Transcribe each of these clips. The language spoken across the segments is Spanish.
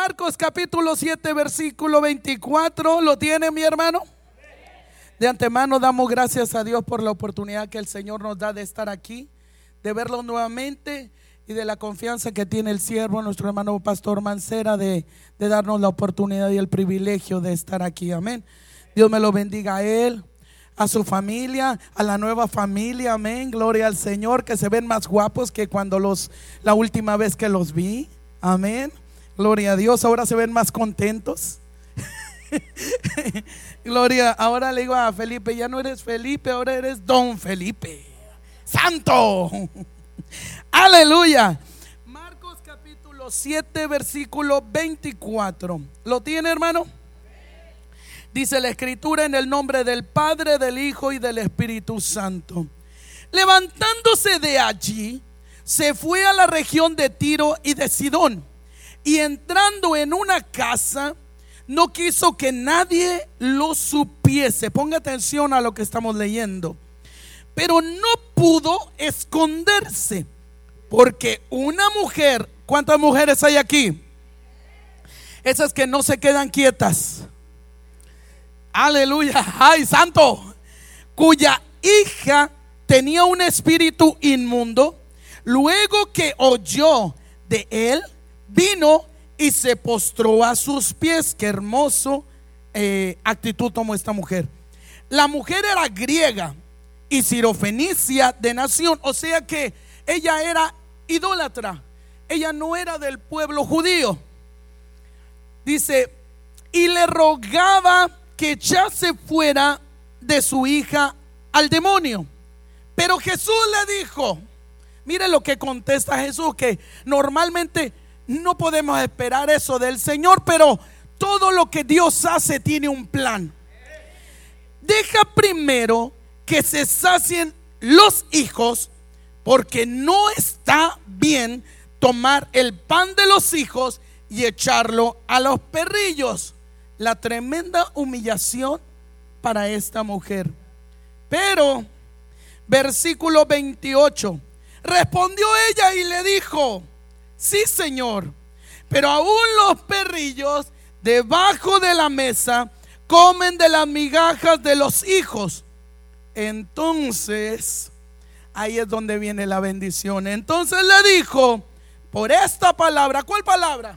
Marcos capítulo 7 versículo 24. ¿Lo tiene mi hermano? De antemano damos gracias a Dios por la oportunidad que el Señor nos da de estar aquí, de verlo nuevamente y de la confianza que tiene el siervo, nuestro hermano pastor Mancera, de darnos la oportunidad y el privilegio de estar aquí. Amén. Dios me lo bendiga a él, a su familia, a la nueva familia. Amén. Gloria al Señor, que se ven más guapos que cuando la última vez que los vi. Amén. Gloria a Dios. Ahora se ven más contentos. Gloria. Ahora le digo a Felipe: ya no eres Felipe, ahora eres Don Felipe. Santo. Aleluya. Marcos capítulo 7 versículo 24. ¿Lo tiene, hermano? Dice la escritura: en el nombre del Padre, del Hijo y del Espíritu Santo. Levantándose de allí, se fue a la región de Tiro y de Sidón, y entrando en una casa, no quiso que nadie lo supiese. Ponga atención a lo que estamos leyendo. Pero no pudo esconderse, porque una mujer, ¿cuántas mujeres hay aquí? Esas que no se quedan quietas. Aleluya, ay santo. Cuya hija tenía un espíritu inmundo, luego que oyó de él, vino y se postró a sus pies. Qué hermoso actitud tomó esta mujer. La mujer era griega y sirofenicia de nación, o sea que ella era idólatra. Ella no era del pueblo judío. Dice: y le rogaba que echase fuera de su hija al demonio. Pero Jesús le dijo, mire lo que contesta Jesús, que normalmente no podemos esperar eso del Señor, pero todo lo que Dios hace tiene un plan. Deja primero que se sacien los hijos, porque no está bien tomar el pan de los hijos y echarlo a los perrillos. La tremenda humillación para esta mujer. Pero versículo 28, respondió ella y le dijo: sí, Señor, pero aún los perrillos debajo de la mesa comen de las migajas de los hijos. Entonces, ahí es donde viene la bendición. Entonces le dijo: por esta palabra. ¿Cuál palabra?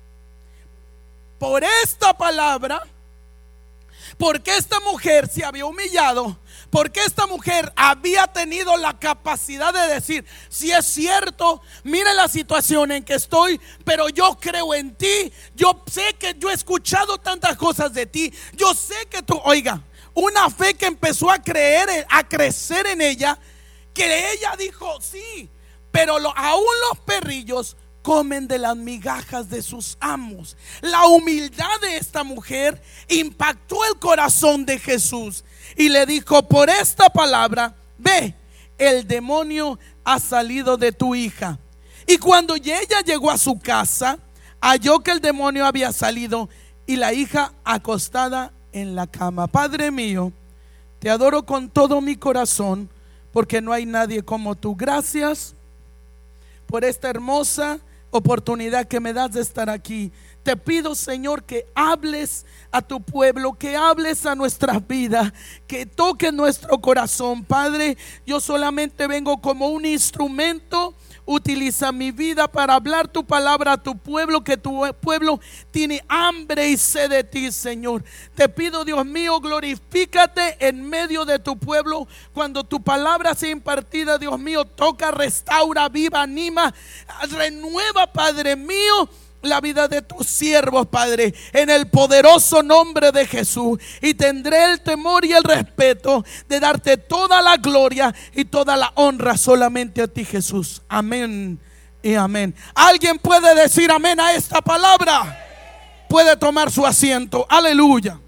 Por esta palabra, porque esta mujer se había humillado, porque esta mujer había tenido la capacidad de decir: si es cierto, mire la situación en que estoy, pero yo creo en ti. Yo sé que yo he escuchado tantas cosas de ti. Yo sé que tú, oiga, una fe que empezó a crecer en ella, que ella dijo: sí, pero aún los perrillos comen de las migajas de sus amos. La humildad de esta mujer impactó el corazón de Jesús y le dijo: por esta palabra, ve, el demonio ha salido de tu hija. Y cuando ella llegó a su casa, halló que el demonio había salido y la hija acostada en la cama. Padre mío, te adoro con todo mi corazón, porque no hay nadie como tú. Gracias por esta hermosa oportunidad que me das de estar aquí. Te pido, Señor, que hables a tu pueblo, que hables a nuestras vidas, que toques nuestro corazón. Padre, yo solamente vengo como un instrumento. Utiliza mi vida para hablar tu palabra a tu pueblo, que tu pueblo tiene hambre y sed de ti, Señor. Te pido, Dios mío, glorifícate en medio de tu pueblo. Cuando tu palabra sea impartida, Dios mío, toca, restaura, viva, anima, renueva, Padre mío, la vida de tus siervos, Padre, en el poderoso nombre de Jesús. Y tendré el temor y el respeto de darte toda la gloria y toda la honra solamente a ti, Jesús. Amén y amén. ¿Alguien puede decir amén a esta palabra? Puede tomar su asiento. Aleluya.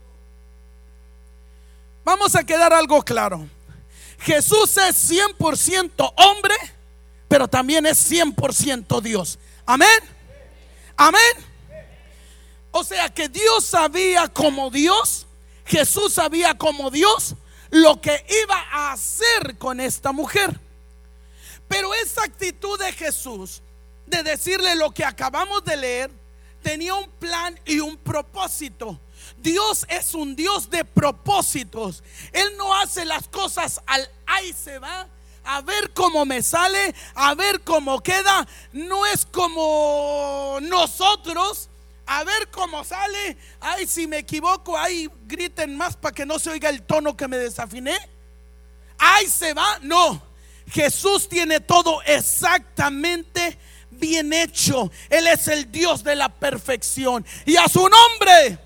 Vamos a quedar algo claro. Jesús es 100% hombre, pero también es 100% Dios. Amén. Amén. O sea que Dios sabía como Dios, Jesús sabía como Dios lo que iba a hacer con esta mujer. Pero esa actitud de Jesús de decirle lo que acabamos de leer tenía un plan y un propósito. Dios es un Dios de propósitos. Él no hace las cosas al ahí se va, a ver cómo me sale, a ver cómo queda. No es como nosotros, a ver cómo sale. Ay, si me equivoco, ay, griten más para que no se oiga el tono que me desafiné. Ahí se va. No, Jesús tiene todo exactamente bien hecho. Él es el Dios de la perfección y a su nombre.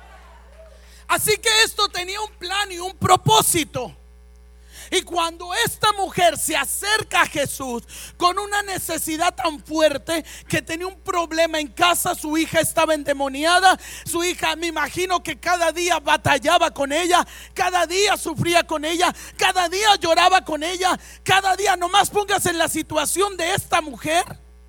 Así que esto tenía un plan y un propósito. Y cuando esta mujer se acerca a Jesús con una necesidad tan fuerte, que tenía un problema en casa, su hija estaba endemoniada, su hija, me imagino que cada día batallaba con ella, cada día sufría con ella, cada día lloraba con ella, cada día, nomás póngase en la situación de esta mujer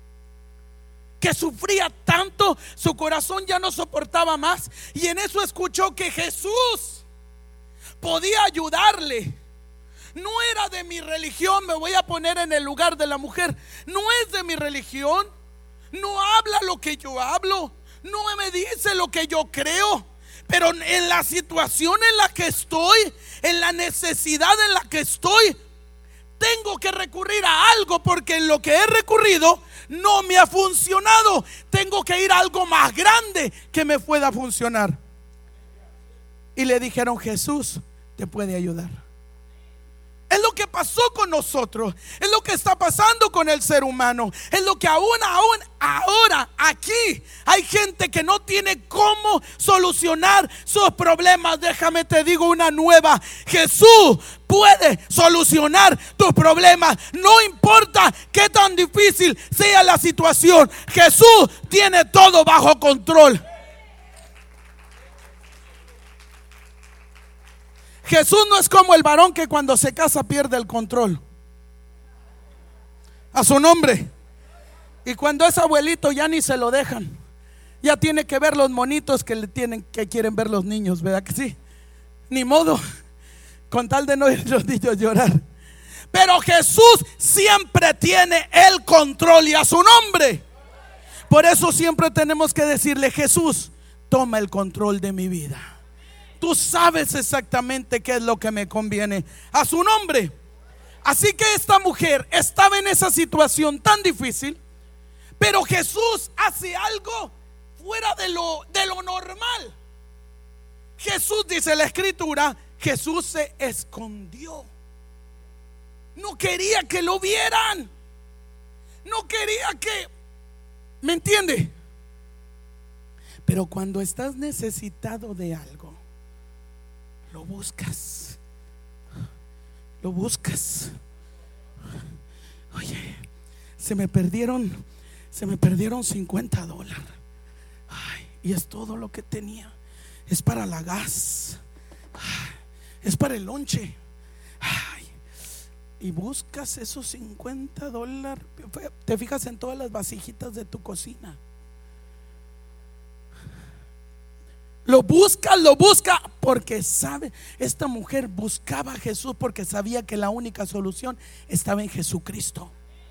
que sufría tanto, su corazón ya no soportaba más, y en eso escuchó que Jesús podía ayudarle. No era de mi religión, me voy a poner en el lugar de la mujer. No es de mi religión, no habla lo que yo hablo, no me dice lo que yo creo. Pero en la situación en la que estoy, en la necesidad en la que estoy, tengo que recurrir a algo, porque en lo que he recurrido no me ha funcionado. Tengo que ir a algo más grande que me pueda funcionar. Y le dijeron: Jesús te puede ayudar. Es lo que pasó con nosotros, es lo que está pasando con el ser humano, es lo que aún ahora aquí hay gente que no tiene cómo solucionar sus problemas. Déjame te digo una nueva: Jesús puede solucionar tus problemas, no importa qué tan difícil sea la situación. Jesús tiene todo bajo control. Jesús no es como el varón que cuando se casa pierde el control. A su nombre. Y cuando es abuelito ya ni se lo dejan. Ya tiene que ver los monitos que quieren ver los niños, ¿verdad que sí? Ni modo, con tal de no ir los niños llorar. Pero Jesús siempre tiene el control, y a su nombre. Por eso siempre tenemos que decirle: Jesús, toma el control de mi vida. Tú sabes exactamente qué es lo que me conviene. A su nombre. Así que esta mujer estaba en esa situación tan difícil, pero Jesús hace algo fuera de lo normal. Jesús, dice la escritura, Jesús se escondió. No quería que lo vieran. No quería que, ¿me entiende? Pero cuando estás necesitado de algo, lo buscas. Lo buscas. Oye, se me perdieron $50. Ay, y es todo lo que tenía. Es para la gas. Ay, es para el lonche. Ay, y buscas esos $50. Te fijas en todas las vasijitas de tu cocina. Lo busca porque sabe. Esta mujer buscaba a Jesús porque sabía que la única solución estaba en Jesucristo.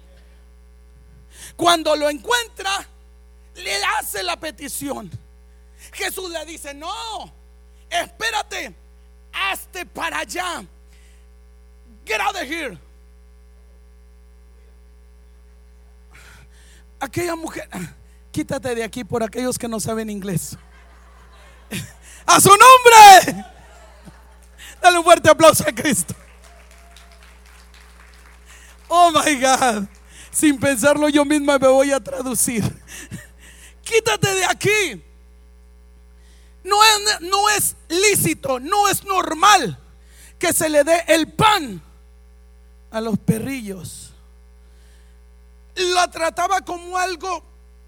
Cuando lo encuentra, le hace la petición. Jesús le dice: no, espérate, hazte para allá. Get out of here. Aquella mujer, quítate de aquí, por aquellos que no saben inglés. A su nombre. Dale un fuerte aplauso a Cristo. Oh my God. Sin pensarlo yo misma me voy a traducir. Quítate de aquí. No es lícito, no es normal que se le dé el pan a los perrillos. La trataba como algo.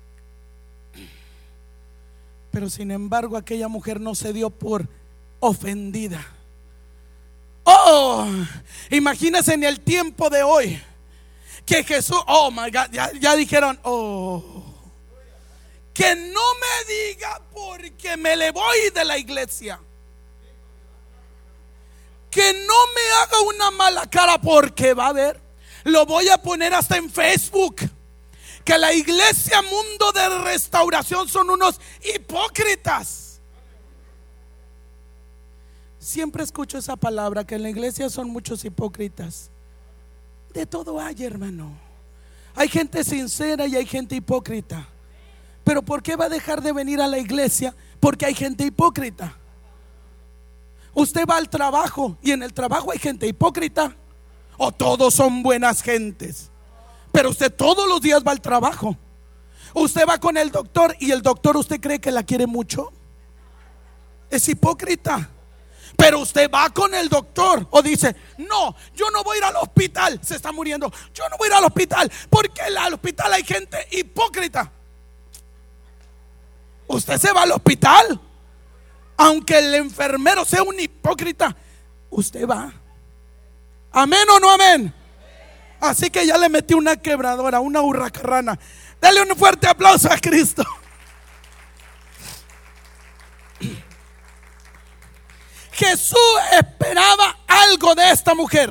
Pero sin embargo, aquella mujer no se dio por ofendida. Oh, imagínense en el tiempo de hoy que Jesús, oh my God, ya dijeron, oh, que no me diga porque me le voy de la iglesia. Que no me haga una mala cara porque va a ver, lo voy a poner hasta en Facebook. que la iglesia Mundo de Restauración son unos hipócritas. Siempre escucho esa palabra, que en la iglesia son muchos hipócritas. De todo hay, hermano. Hay gente sincera y hay gente hipócrita. Pero ¿por qué va a dejar de venir a la iglesia? Porque hay gente hipócrita. Usted va al trabajo y en el trabajo hay gente hipócrita, o todos son buenas gentes. Pero usted todos los días va al trabajo. Usted va con el doctor y el doctor, ¿usted cree que la quiere mucho? Es hipócrita. Pero usted va con el doctor o dice: no, yo no voy a ir al hospital, se está muriendo, yo no voy a ir al hospital porque al hospital hay gente hipócrita. Usted se va al hospital, aunque el enfermero sea un hipócrita, usted va. Amén o no amén. Así que ya le metí una quebradora, una hurracarrana. Dale un fuerte aplauso a Cristo. Jesús esperaba algo de esta mujer,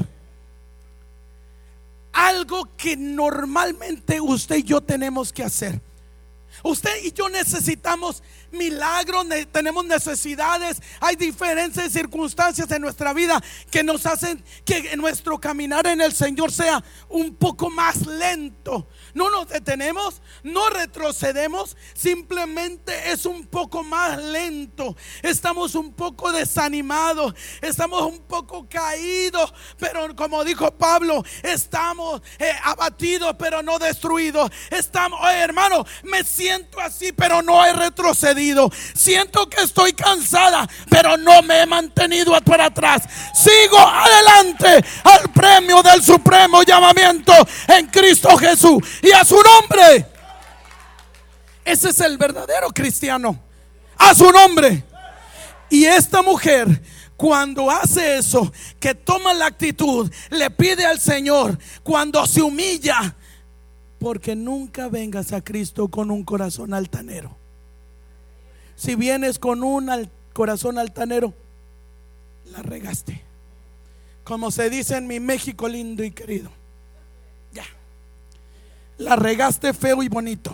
algo que normalmente usted y yo tenemos que hacer. Usted y yo necesitamos milagros, tenemos necesidades, hay diferentes circunstancias en nuestra vida que nos hacen que nuestro caminar en el Señor sea un poco más lento. No nos detenemos, no retrocedemos, simplemente es un poco más lento. Estamos un poco desanimados, estamos un poco caídos, pero como dijo Pablo, estamos abatidos pero no destruidos. Estamos, hermano, me siento así pero no he retrocedido. Siento que estoy cansada pero no me he mantenido para atrás. Sigo adelante al premio del supremo llamamiento en Cristo Jesús y a su nombre. Ese es el verdadero cristiano, a su nombre. Y esta mujer, cuando hace eso, que toma la actitud, le pide al Señor, cuando se humilla, porque nunca vengas a Cristo con un corazón altanero. Si vienes con un corazón altanero, la regaste. Como se dice en mi México lindo y querido, ya la regaste feo y bonito.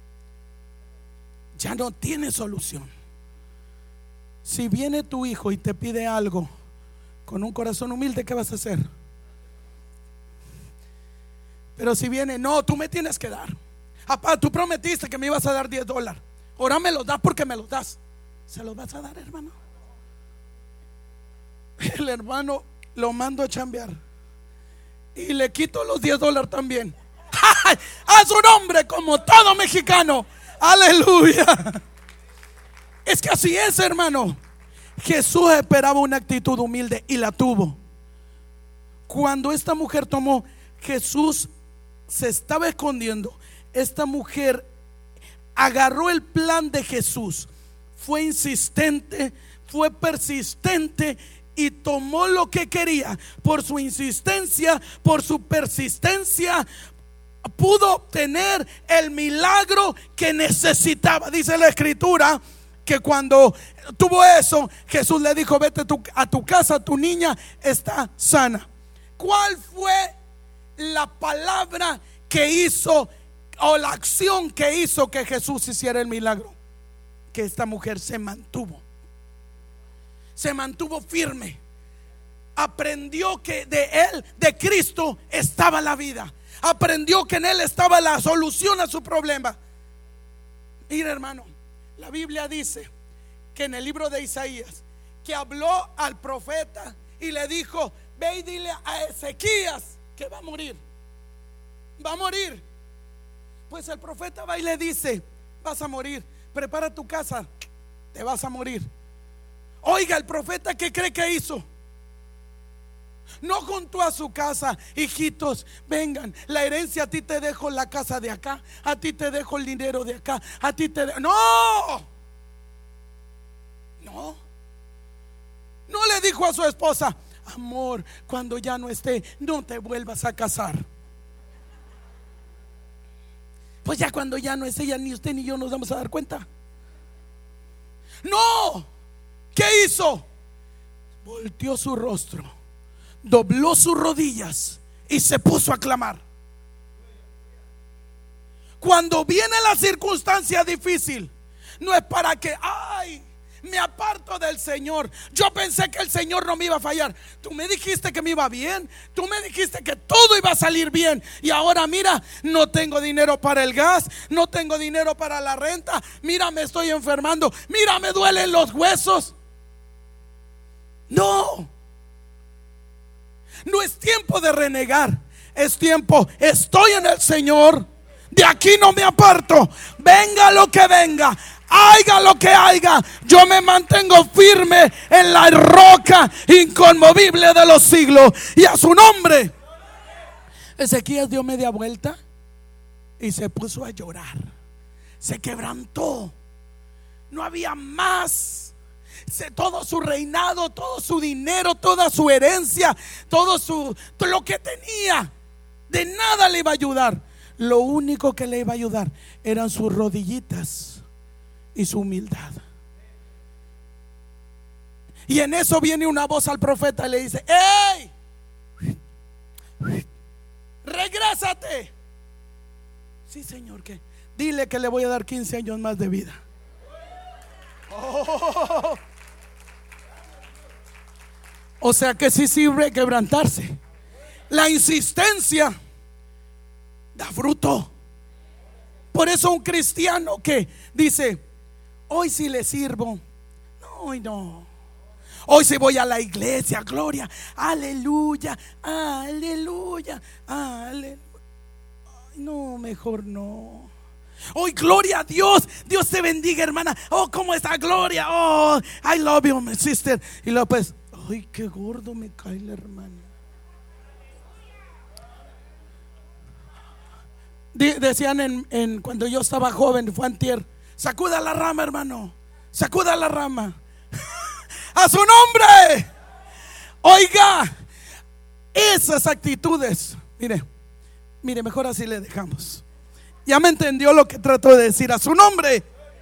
Ya no tiene solución. Si viene tu hijo y te pide algo con un corazón humilde, ¿qué vas a hacer? Pero si viene: no, tú me tienes que dar. Papá, tú prometiste que me ibas a dar $10. Ahora me los das porque me los das. ¿Se los vas a dar, hermano? El hermano lo mando a chambear y le quito los $10 también. A su nombre, como todo mexicano. Aleluya. Es que así es, hermano. Jesús esperaba una actitud humilde y la tuvo. Cuando esta mujer tomó, Jesús se estaba escondiendo. Esta mujer agarró el plan de Jesús, fue insistente, fue persistente y tomó lo que quería. Por su insistencia, por su persistencia, pudo obtener el milagro que necesitaba. Dice la escritura que cuando tuvo eso, Jesús le dijo: vete a tu casa, tu niña está sana. ¿Cuál fue la palabra que hizo, o la acción que hizo que Jesús hiciera el milagro? Que esta mujer se mantuvo firme. Aprendió que de él, de Cristo, estaba la vida. Aprendió que en él estaba la solución a su problema. Mira, hermano, la Biblia dice que en el libro de Isaías, que habló al profeta y le dijo: ve y dile a Ezequías que va a morir. Va a morir. Pues el profeta va y le dice: vas a morir, prepara tu casa, te vas a morir. Oiga, el profeta, ¿qué cree que hizo? No juntó a su casa: hijitos, vengan, la herencia, a ti te dejo la casa de acá, a ti te dejo el dinero de acá, a ti te dejo. No le dijo a su esposa: amor, cuando ya no esté, no te vuelvas a casar. Pues ya cuando ya no esté, ya ni usted ni yo nos vamos a dar cuenta. No, ¿qué hizo? Volteó su rostro, dobló sus rodillas y se puso a clamar. cuando viene la circunstancia difícil, no es para que, ay, me aparto del Señor. Yo pensé que el Señor no me iba a fallar. Tú me dijiste que me iba bien. Tú me dijiste que todo iba a salir bien. Y ahora mira, no tengo dinero para el gas. No tengo dinero para la renta. Mira, me estoy enfermando. Mira, me duelen los huesos. No. No es tiempo de renegar. Es tiempo, estoy en el Señor. De aquí no me aparto. Venga lo que venga. Haiga lo que haiga, yo me mantengo firme en la roca inconmovible de los siglos. Y a su nombre. Ezequías dio media vuelta y se puso a llorar. Se quebrantó. No había más. Todo su reinado, todo su dinero, toda su herencia, todo lo que tenía, de nada le iba a ayudar. Lo único que le iba a ayudar eran sus rodillitas y su humildad. Y en eso viene una voz al profeta y le dice: ¡Ey! ¡Regrésate! Sí, Señor, ¿qué? Dile que le voy a dar 15 años más de vida. Oh. O sea que sí sirve quebrantarse. La insistencia da fruto. Por eso un cristiano que dice: hoy sí le sirvo, no, hoy no. Hoy sí voy a la iglesia, gloria, aleluya, aleluya, aleluya. Ay, no, mejor no. Hoy gloria a Dios, Dios te bendiga, hermana. Oh, cómo está, gloria. Oh, I love you, my sister. Y luego pues, ay, qué gordo me cae la hermana. Decían cuando yo estaba joven, fue antier: sacuda la rama, hermano, sacuda la rama. A su nombre. Oiga, esas actitudes, mire, mejor así le dejamos. Ya me entendió lo que trato de decir. A su nombre.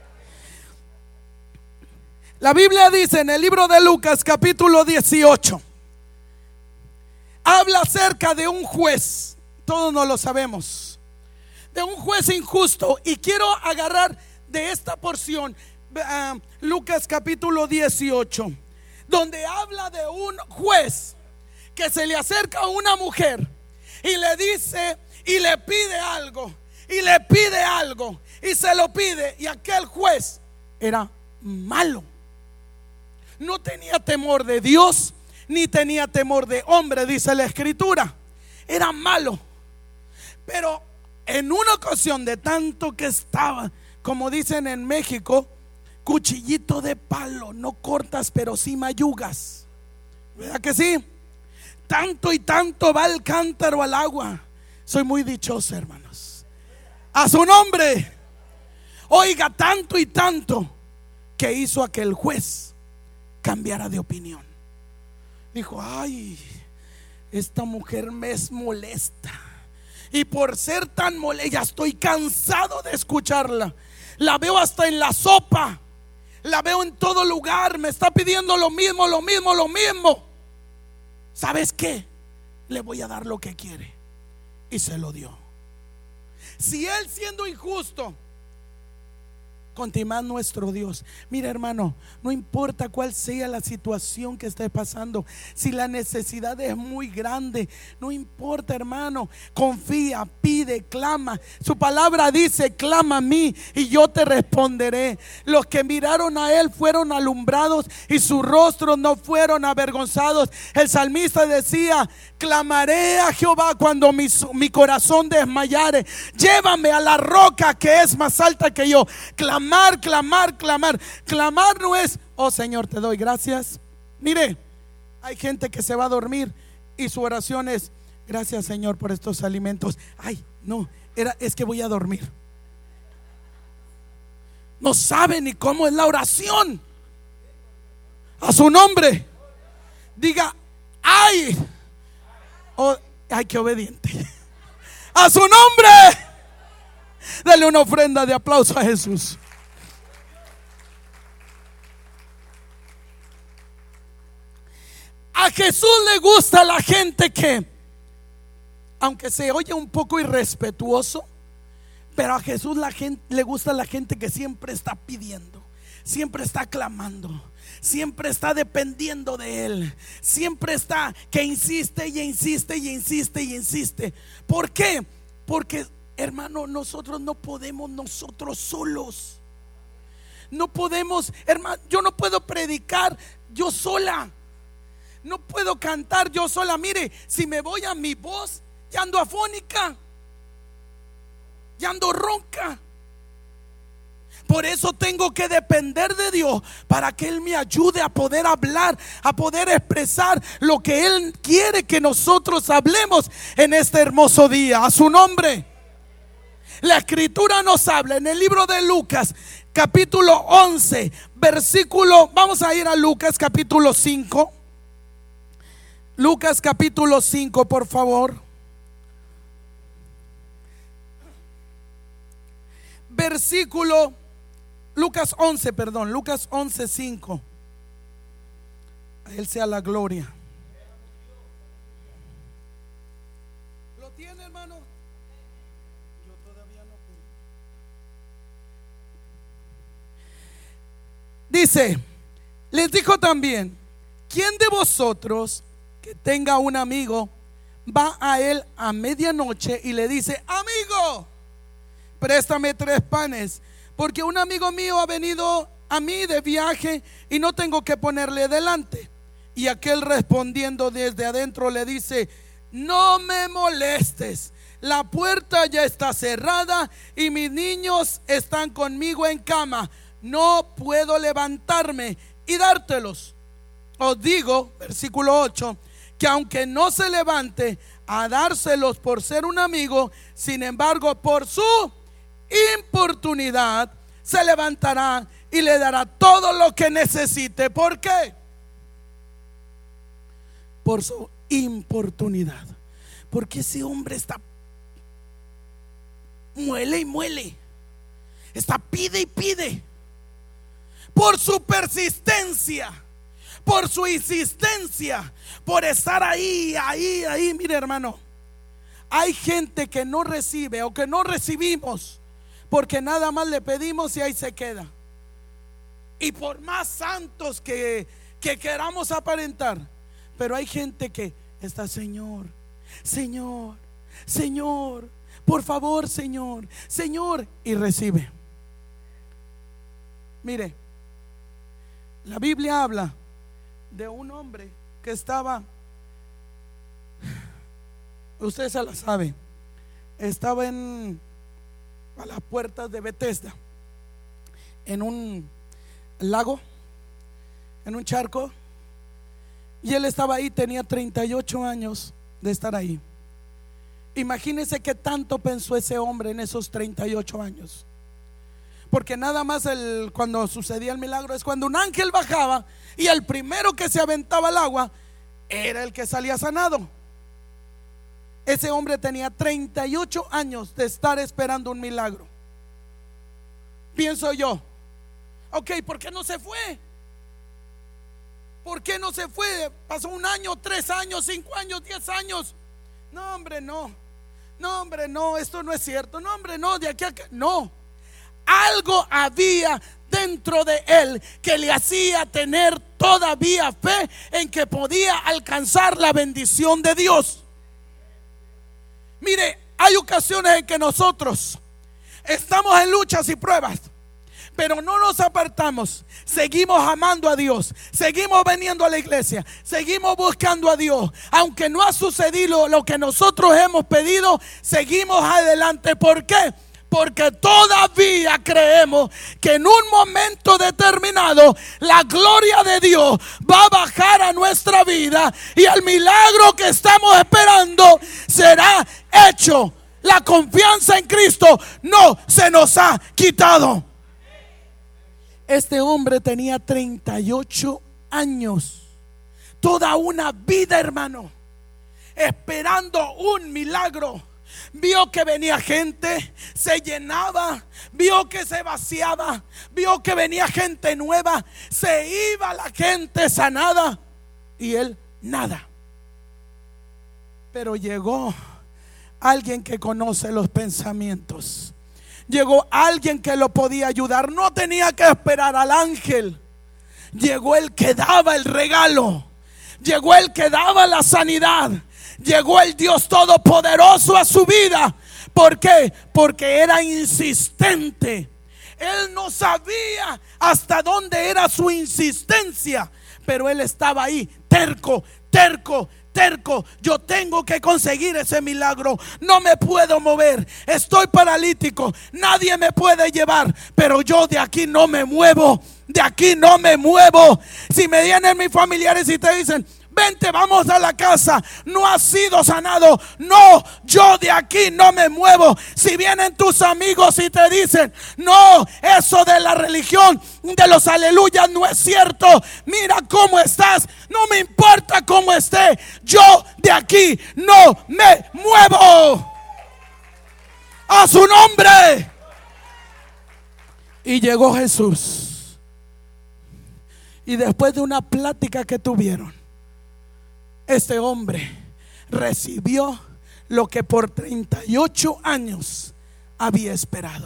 La Biblia dice en el libro de Lucas capítulo 18, habla acerca de un juez. Todos no lo sabemos. De un juez injusto. Y quiero agarrar de esta porción Lucas capítulo 18, donde habla de un juez que se le acerca a una mujer y le dice y le pide algo, y le pide algo, y se lo pide. Y aquel juez era malo. No tenía temor de Dios, ni tenía temor de hombre, dice la escritura. Era malo. Pero en una ocasión, de tanto que estaba, como dicen en México, cuchillito de palo, no cortas pero sí mayugas, ¿verdad que sí? Tanto y tanto va el cántaro al agua. Soy muy dichoso, hermanos. A su nombre. Oiga, tanto y tanto que hizo a que el juez cambiara de opinión. Dijo: ay, esta mujer me es molesta, y por ser tan molesta, ya estoy cansado de escucharla. La veo hasta en la sopa, la veo en todo lugar, me está pidiendo lo mismo, lo mismo, lo mismo. ¿Sabes qué? Le voy a dar lo que quiere. Y se lo dio. Si él, siendo injusto, continúa nuestro Dios. Mira, hermano, no importa cuál sea la situación que esté pasando, si la necesidad es muy grande, no importa, hermano, confía, pide, clama. Su palabra dice: clama a mí y yo te responderé. Los que miraron a él fueron alumbrados y sus rostros no fueron avergonzados. El salmista decía: clamaré a Jehová cuando mi corazón desmayare. Llévame a la roca que es más alta que yo. Clamar, clamar, clamar. Clamar no es: oh Señor, te doy gracias. Mire, hay gente que se va a dormir y su oración es: gracias, Señor, por estos alimentos. Ay, no, es que voy a dormir. No sabe ni cómo es la oración. A su nombre. Diga: ay. Oh, ay, qué obediente. A su nombre. Dale una ofrenda de aplauso a Jesús. A Jesús le gusta la gente que, aunque se oye un poco irrespetuoso, Pero a Jesús la gente, le gusta la gente que siempre está pidiendo, siempre está clamando, siempre está dependiendo de Él, siempre está que insiste y insiste y insiste y insiste. ¿Por qué? Porque, hermano, nosotros no podemos nosotros solos. No podemos, hermano, yo no puedo predicar yo sola. No puedo cantar yo sola. Mire, si me voy a mi voz, ya ando afónica, ya ando ronca. Por eso tengo que depender de Dios, para que Él me ayude a poder hablar, a poder expresar lo que Él quiere que nosotros hablemos en este hermoso día. A su nombre. La escritura nos habla en el libro de Lucas, capítulo 11, versículo, vamos a ir a Lucas capítulo 5. Lucas capítulo 5, por favor. Versículo, Lucas 11, perdón, Lucas 11, 5. A Él sea la gloria. ¿Lo tiene, hermano? Yo todavía no puedo. Dice, les dijo también: ¿quién de vosotros que tenga un amigo va a él a medianoche y le dice: amigo, préstame 3 panes, porque un amigo mío ha venido a mí de viaje y no tengo que ponerle delante? Y aquel, respondiendo desde adentro, le dice: no me molestes, la puerta ya está cerrada y mis niños están conmigo en cama, no puedo levantarme y dártelos. Os digo, versículo 8, que aunque no se levante a dárselos por ser un amigo, sin embargo por su importunidad se levantará y le dará todo lo que necesite. ¿Por qué? Por su importunidad. Porque ese hombre está muele y muele, está pide y pide. Por su persistencia, por su insistencia, por estar ahí. Mire, hermano, hay gente que no recibe o que no recibimos porque nada más le pedimos y ahí se queda. Y por más santos que queramos aparentar, pero hay gente que está: Señor, Señor, Señor, por favor, Señor, Señor, y recibe. Mire, la Biblia habla de un hombre que estaba, usted se la sabe, estaba a las puertas de Bethesda, en un lago, en un charco, y él estaba ahí, tenía 38 años de estar ahí. Imagínense qué tanto pensó ese hombre en esos 38 años. Porque nada más cuando sucedía el milagro es cuando un ángel bajaba y el primero que se aventaba al agua era el que salía sanado. Ese hombre tenía 38 años de estar esperando un milagro. Pienso yo, ok, ¿por qué no se fue? ¿Por qué no se fue? Pasó 1 año, 3 años, 5 años, 10 años. No, hombre, no. No, hombre, no, esto no es cierto. No, hombre, no, de aquí a acá. No. Algo había dentro de él que le hacía tener todavía fe en que podía alcanzar la bendición de Dios. Mire, hay ocasiones en que nosotros estamos en luchas y pruebas, pero no nos apartamos, seguimos amando a Dios, seguimos viniendo a la iglesia, seguimos buscando a Dios. Aunque no ha sucedido lo que nosotros hemos pedido, seguimos adelante. ¿Por qué? Porque todavía creemos que en un momento determinado la gloria de Dios va a bajar a nuestra vida y el milagro que estamos esperando será hecho. La confianza en Cristo no se nos ha quitado. Este hombre tenía 38 años, toda una vida, hermano, esperando un milagro. Vio que venía gente, se llenaba, vio que se vaciaba, vio que venía gente nueva, se iba la gente sanada y él nada. Pero llegó alguien que conoce los pensamientos. llegó alguien que lo podía ayudar. No tenía que esperar al ángel. Llegó el que daba el regalo. Llegó el que daba la sanidad. Llegó el Dios Todopoderoso a su vida. ¿Por qué? Porque era insistente. Él no sabía hasta dónde era su insistencia, pero él estaba ahí, terco, terco, terco. Yo tengo que conseguir ese milagro. No me puedo mover. Estoy paralítico. Nadie me puede llevar. Pero yo de aquí no me muevo. De aquí no me muevo. Si me vienen mis familiares y te dicen: vente, vamos a la casa, no has sido sanado. No, yo de aquí no me muevo. Si vienen tus amigos y te dicen: no, eso de la religión, de los aleluyas no es cierto. Mira cómo estás. No me importa cómo esté. Yo de aquí no me muevo. A su nombre. Y llegó Jesús. Y después de una plática que tuvieron, este hombre recibió lo que por 38 años había esperado.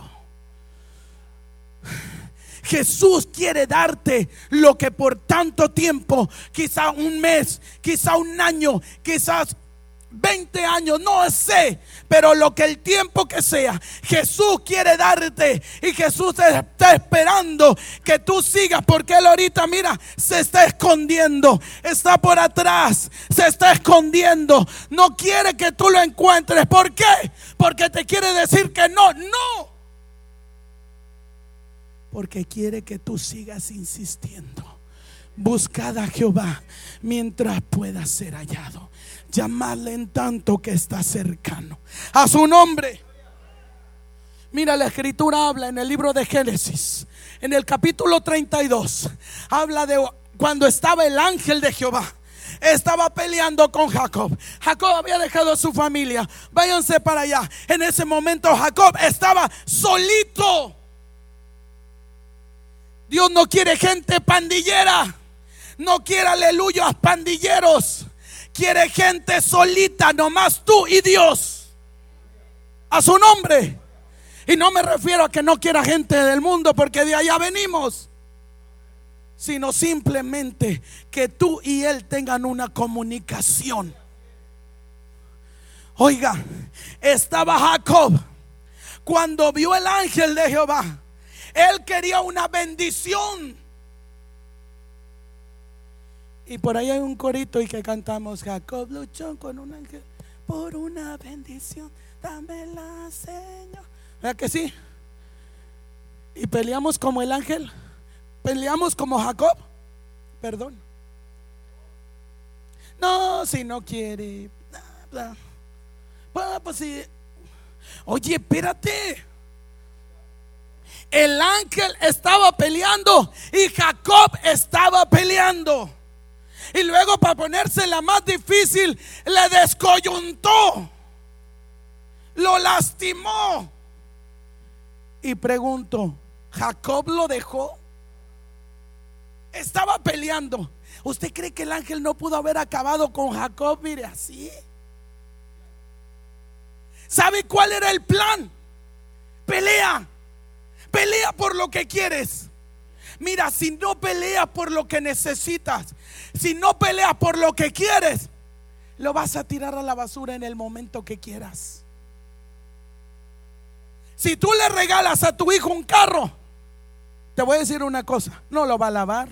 Jesús quiere darte lo que por tanto tiempo, quizá un mes, quizá un año, quizás 20 años, no sé, pero lo que el tiempo que sea, Jesús quiere darte. Y Jesús está esperando que tú sigas, porque Él ahorita, mira, se está escondiendo, está por atrás, se está escondiendo. No quiere que tú lo encuentres. ¿Por qué? Porque te quiere decir que no, no, porque quiere que tú sigas insistiendo. Buscad a Jehová mientras pueda ser hallado. Llamadle en tanto que está cercano. A su nombre. Mira, la escritura habla en el libro de Génesis, en el capítulo 32, habla de cuando estaba el ángel de Jehová. Estaba peleando con Jacob. Jacob había dejado a su familia. Váyanse para allá. En ese momento Jacob estaba solito. Dios no quiere gente pandillera. No quiere aleluyas pandilleros. Quiere gente solita, nomás tú y Dios. A su nombre. Y no me refiero a que no quiera gente del mundo, porque de allá venimos, sino simplemente que tú y Él tengan una comunicación. Oiga, estaba Jacob cuando vio el ángel de Jehová. Él quería una bendición. Y por ahí hay un corito y que cantamos: Jacob luchó con un ángel por una bendición, dámela, Señor. ¿Verdad que sí? Y peleamos como el ángel. Peleamos como Jacob. Perdón. No, si no quiere. Pues sí. Oye, espérate. El ángel estaba peleando y Jacob estaba peleando. Y luego, para ponerse la más difícil, le descoyuntó, lo lastimó. Y pregunto: ¿Jacob lo dejó? Estaba peleando. ¿Usted cree que el ángel no pudo haber acabado con Jacob? Mire, así. ¿Sabe cuál era el plan? Pelea. Pelea por lo que quieres. Mira, si no peleas por lo que necesitas, si no peleas por lo que quieres, lo vas a tirar a la basura en el momento que quieras. Si tú le regalas a tu hijo un carro, te voy a decir una cosa: no lo va a lavar,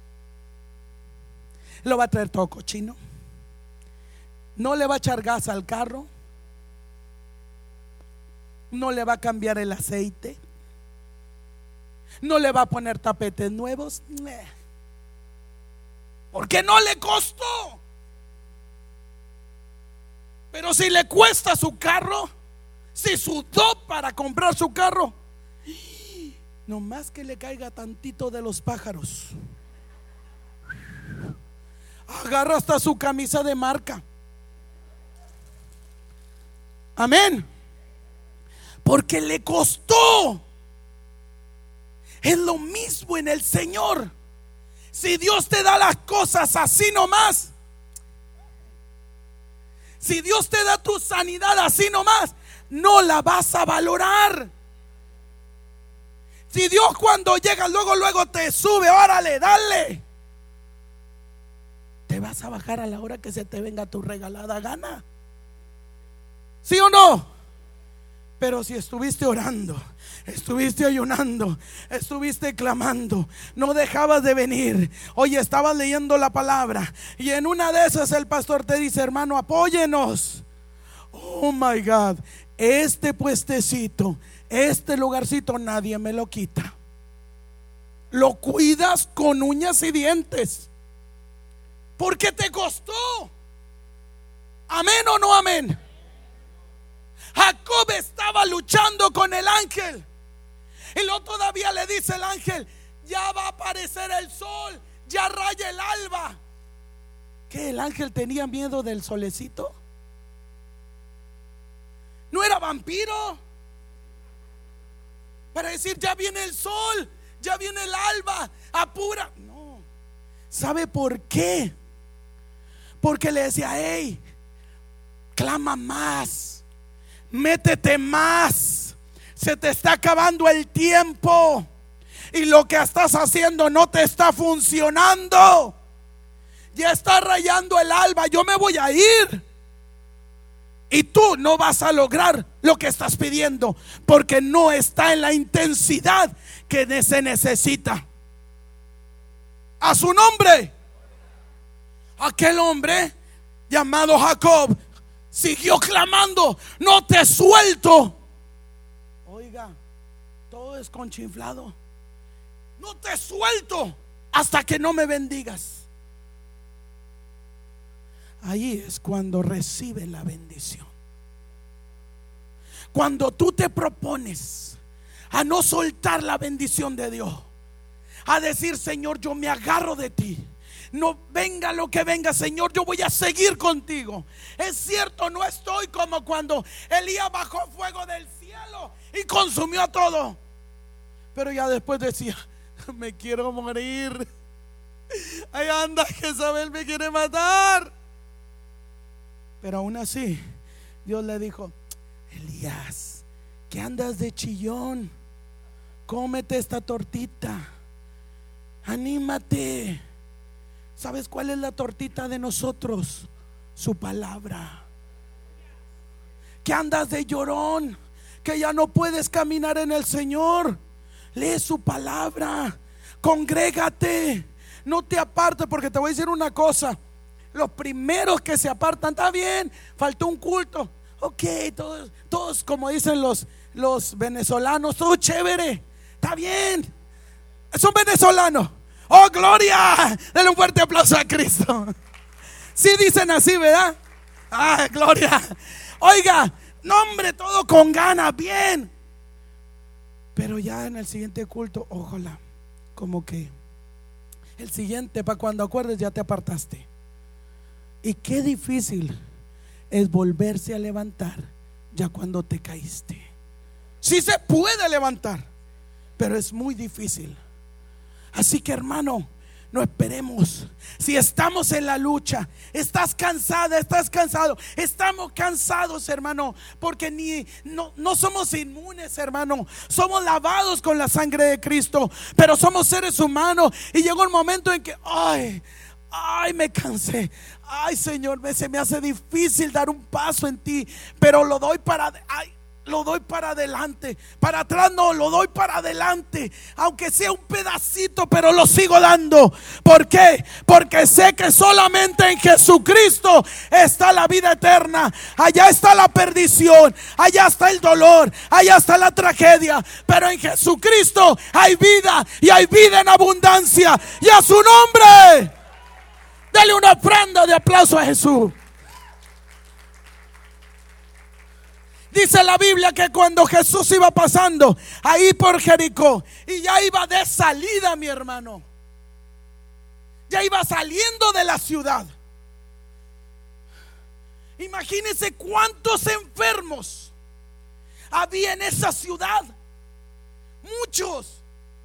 lo va a traer todo cochino, no le va a echar gas al carro, no le va a cambiar el aceite, no le va a poner tapetes nuevos, porque no le costó. Pero si le cuesta su carro, si sudó para comprar su carro, no más que le caiga tantito de los pájaros, agarra hasta su camisa de marca. Amén. Porque le costó. Es lo mismo en el Señor. Si Dios te da las cosas así nomás, si Dios te da tu sanidad así nomás, no la vas a valorar. Si Dios cuando llega luego te sube, órale, dale, te vas a bajar a la hora que se te venga tu regalada gana. ¿Sí o no? Pero si estuviste orando, estuviste ayunando, estuviste clamando, no dejabas de venir, oye, estabas leyendo la palabra, y en una de esas el pastor te dice: hermano, apóyenos. Oh my God, este puestecito, este lugarcito, nadie me lo quita. Lo cuidas con uñas y dientes, porque te costó. ¿Amén o no amén? Jacob estaba luchando con el ángel, y luego todavía le dice el ángel: ya va a aparecer el sol, ya raya el alba. ¿Qué? ¿El ángel tenía miedo del solecito? ¿No era vampiro para decir ya viene el sol, ya viene el alba, apura? No. ¿Sabe por qué? Porque le decía: hey, clama más, métete más, se te está acabando el tiempo y lo que estás haciendo no te está funcionando. Ya está rayando el alba, yo me voy a ir. Y tú no vas a lograr lo que estás pidiendo, porque no está en la intensidad que se necesita. A su nombre. Aquel hombre llamado Jacob siguió clamando: no te suelto. Oiga, todo es conchinflado. No te suelto hasta que no me bendigas. Ahí es cuando recibe la bendición. Cuando tú te propones a no soltar la bendición de Dios, a decir: Señor, yo me agarro de ti, no venga lo que venga, Señor, yo voy a seguir contigo. Es cierto, no estoy como cuando Elías bajó fuego del cielo y consumió a todo, pero ya después decía: me quiero morir, ahí anda Jezabel, me quiere matar. Pero aún así Dios le dijo: Elías, ¿qué andas de chillón? Cómete esta tortita, anímate. ¿Sabes cuál es la tortita de nosotros? Su palabra. ¿Qué andas de llorón? Que ya no puedes caminar en el Señor. Lee su palabra, congrégate, no te apartes, porque te voy a decir una cosa: los primeros que se apartan, está bien, faltó un culto, ok, todos como dicen los venezolanos, todo chévere, está bien, son venezolanos. Oh, gloria, denle un fuerte aplauso a Cristo. Sí dicen así, ¿verdad? Ah, gloria. Oiga, no hombre, todo con ganas, bien. Pero ya en el siguiente culto, ojalá, como que el siguiente, para cuando acuerdes ya te apartaste. Y qué difícil es volverse a levantar ya cuando te caíste. Sí se puede levantar, pero es muy difícil. Así que, hermano, no esperemos. Si estamos en la lucha, estás cansada, estás cansado, estamos cansados, hermano, porque no somos inmunes, hermano. Somos lavados con la sangre de Cristo, pero somos seres humanos. Y llegó un momento en que ay, me cansé. Ay, Señor, se me hace difícil dar un paso en ti, pero lo doy para adelante. Para atrás no, lo doy para adelante, aunque sea un pedacito, pero lo sigo dando. ¿Por qué? Porque sé que solamente en Jesucristo está la vida eterna. Allá está la perdición, allá está el dolor, allá está la tragedia, pero en Jesucristo hay vida, y hay vida en abundancia. Y a su nombre, dale una ofrenda de aplauso a Jesús. Dice la Biblia que cuando Jesús iba pasando ahí por Jericó, y ya iba de salida, mi hermano, ya iba saliendo de la ciudad. Imagínense cuántos enfermos había en esa ciudad. Muchos.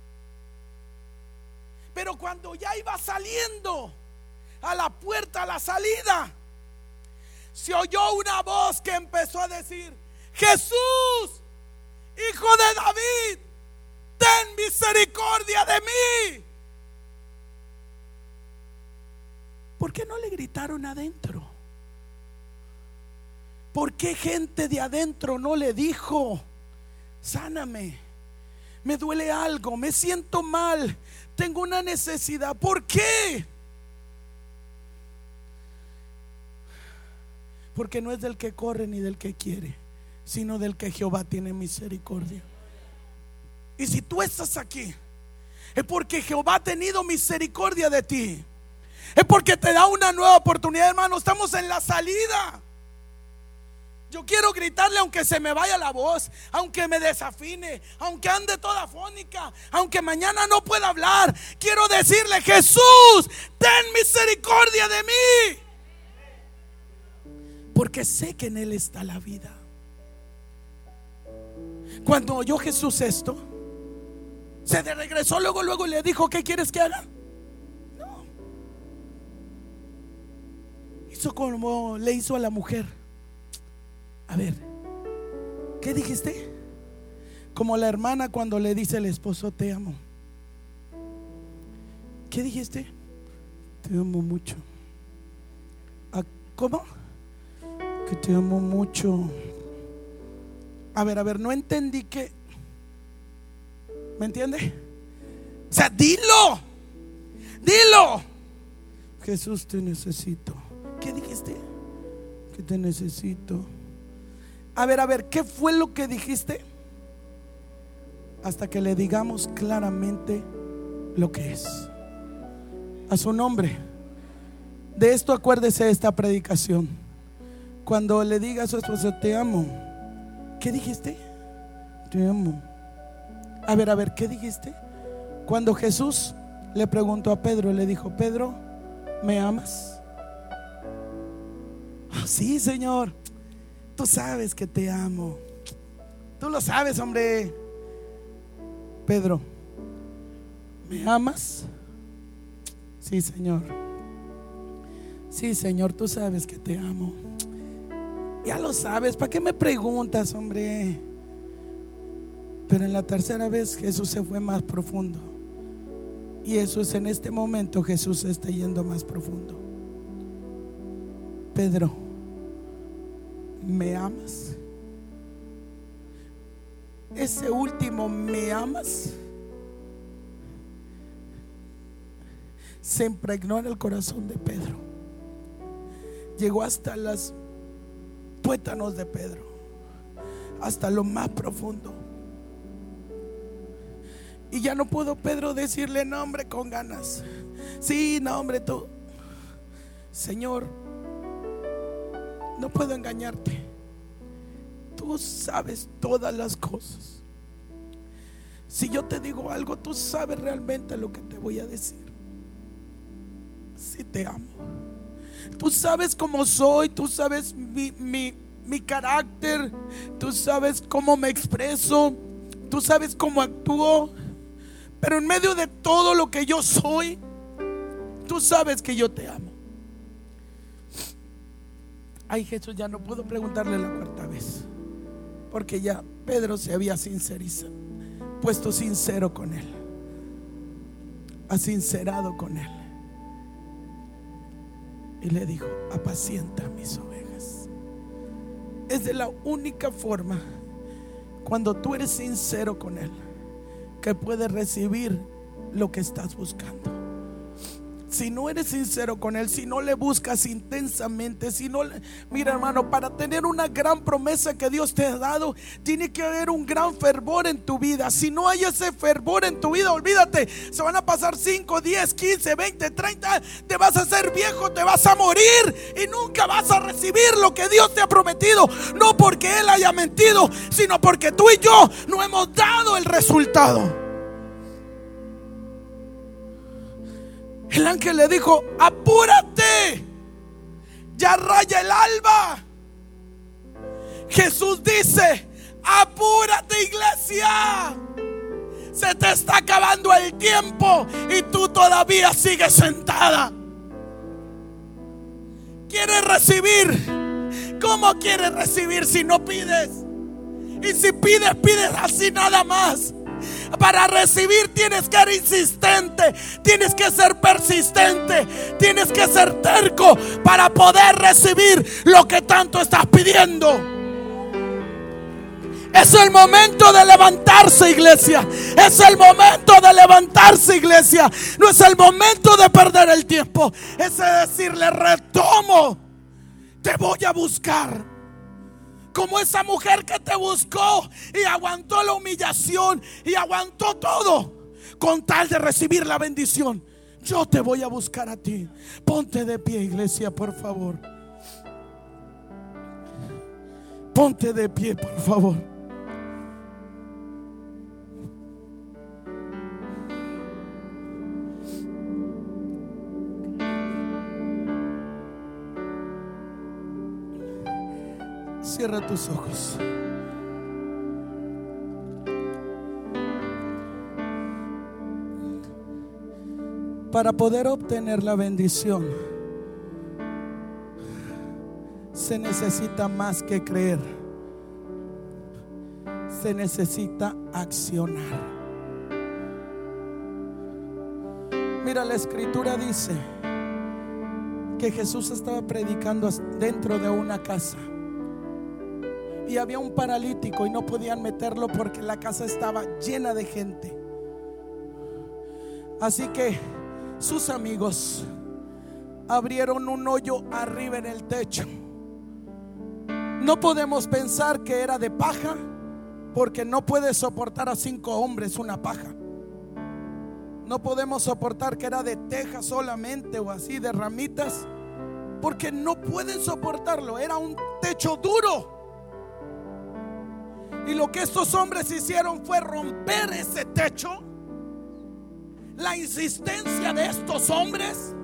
Pero cuando ya iba saliendo a la puerta, a la salida, se oyó una voz que empezó a decir: Jesús, hijo de David, ten misericordia de mí. ¿Por qué no le gritaron adentro? ¿Por qué gente de adentro no le dijo: sáname, me duele algo, me siento mal, tengo una necesidad? ¿Por qué? Porque no es del que corre ni del que quiere, sino del que Jehová tiene misericordia. Y si tú estás aquí, es porque Jehová ha tenido misericordia de ti. Es porque te da una nueva oportunidad, hermano. Estamos en la salida. Yo quiero gritarle aunque se me vaya la voz, aunque me desafine, aunque ande toda fónica, aunque mañana no pueda hablar. Quiero decirle: Jesús, ten misericordia de mí. Porque sé que en Él está la vida. Cuando oyó Jesús esto, se regresó luego y le dijo: ¿qué quieres que haga? No. Hizo como le hizo a la mujer. A ver, ¿qué dijiste? Como la hermana cuando le dice al esposo: te amo. ¿Qué dijiste? Te amo mucho. ¿Cómo? Que te amo mucho. A ver, no entendí que. ¿Me entiende? O sea, dilo. Jesús, te necesito. ¿Qué dijiste? Que te necesito. A ver, ¿qué fue lo que dijiste? Hasta que le digamos claramente lo que es. A su nombre. De esto acuérdese esta predicación. Cuando le diga a su esposo: te amo. ¿Qué dijiste? Te amo. A ver, ¿qué dijiste? Cuando Jesús le preguntó a Pedro, le dijo: Pedro, ¿me amas? Oh, sí, Señor, tú sabes que te amo. Tú lo sabes, hombre. Pedro, ¿me amas? Sí, Señor. Sí, Señor, tú sabes que te amo. Ya lo sabes, ¿para qué me preguntas, hombre? Pero en la tercera vez Jesús se fue más profundo. Y eso es, en este momento Jesús se está yendo más profundo. Pedro, ¿me amas? Ese último ¿me amas? Se impregnó en el corazón de Pedro. Llegó hasta los tuétanos de Pedro, hasta lo más profundo. Y ya no pudo Pedro decirle: no, hombre, con ganas. Sí, no, hombre, tú, Señor, no puedo engañarte. Tú sabes todas las cosas. Si yo te digo algo, tú sabes realmente lo que te voy a decir. Sí, te amo. Tú sabes cómo soy, tú sabes mi carácter, tú sabes cómo me expreso, tú sabes cómo actúo. Pero en medio de todo lo que yo soy, tú sabes que yo te amo. Ay, Jesús, ya no puedo preguntarle la cuarta vez, porque ya Pedro se había puesto sincero con él, asincerado con él. Y le dijo: apacienta mis ovejas. Es de la única forma, cuando tú eres sincero con Él, que puedes recibir lo que estás buscando. Si no eres sincero con Él, si no le buscas intensamente, mira, hermano, para tener una gran promesa que Dios te ha dado, tiene que haber un gran fervor en tu vida. Si no hay ese fervor en tu vida, olvídate, se van a pasar 5, 10, 15, 20, 30, te vas a hacer viejo, te vas a morir y nunca vas a recibir lo que Dios te ha prometido. No porque Él haya mentido, sino porque tú y yo no hemos dado el resultado. El ángel le dijo: apúrate, ya raya el alba. Jesús dice: apúrate, iglesia, se te está acabando el tiempo y tú todavía sigues sentada. ¿Quieres recibir? ¿Cómo quieres recibir si no pides? Y si pides, pides así nada más. Para recibir tienes que ser insistente, tienes que ser persistente, tienes que ser terco para poder recibir lo que tanto estás pidiendo. Es el momento de levantarse, iglesia. Es el momento de levantarse, iglesia. No es el momento de perder el tiempo. Es decirle: retomo, te voy a buscar. Como esa mujer que te buscó y aguantó la humillación y aguantó todo con tal de recibir la bendición. Yo te voy a buscar a ti. Ponte de pie, iglesia, por favor. Ponte de pie, por favor. Cierra tus ojos. Para poder obtener la bendición se necesita más que creer. Se necesita accionar. Mira, la escritura dice que Jesús estaba predicando dentro de una casa. Y había un paralítico y no podían meterlo porque la casa estaba llena de gente. Así que sus amigos abrieron un hoyo arriba en el techo. No podemos pensar que era de paja, porque no puede soportar a 5 hombres una paja. No podemos soportar que era de teja solamente o así de ramitas, porque no pueden soportarlo. Era un techo duro. Y lo que estos hombres hicieron fue romper ese techo. La insistencia de estos hombres,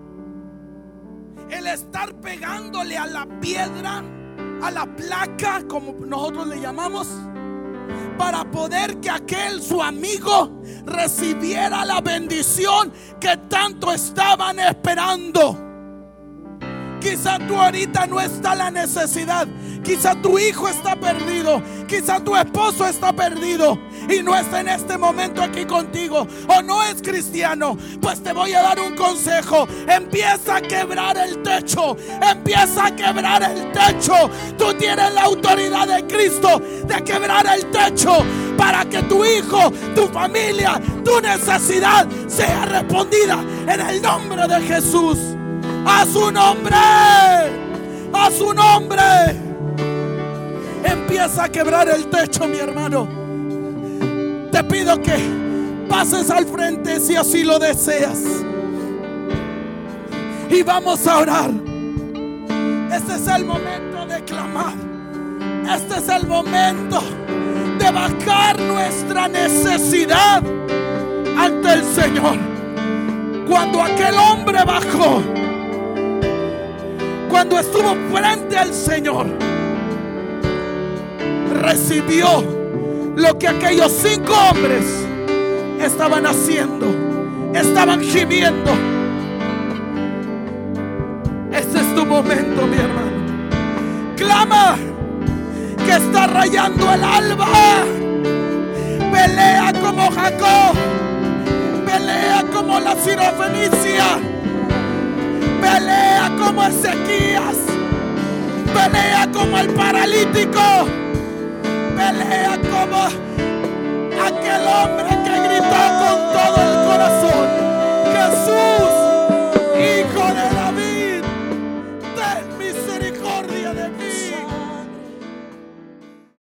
el estar pegándole a la piedra, a la placa, como nosotros le llamamos, para poder que aquel su amigo recibiera la bendición que tanto estaban esperando. Quizá tú ahorita no está la necesidad. Quizá tu hijo está perdido. Quizá tu esposo está perdido y no está en este momento aquí contigo, o no es cristiano. Pues te voy a dar un consejo: empieza a quebrar el techo. Empieza a quebrar el techo. Tú tienes la autoridad de Cristo de quebrar el techo para que tu hijo, tu familia, tu necesidad sea respondida en el nombre de Jesús. A su nombre, a su nombre. Empieza a quebrar el techo, mi hermano. Te pido que pases al frente si así lo deseas, y vamos a orar. Este es el momento de clamar. Este es el momento de bajar nuestra necesidad ante el Señor. Cuando aquel hombre bajó, cuando estuvo frente al Señor, recibió lo que aquellos 5 hombres estaban haciendo, estaban gimiendo. Este es tu momento, mi hermano. Clama, que está rayando el alba. Pelea como Jacob, pelea como la Sirofenicia, pelea como Ezequías, pelea como el paralítico, pelea como aquel hombre que gritó con todo el corazón: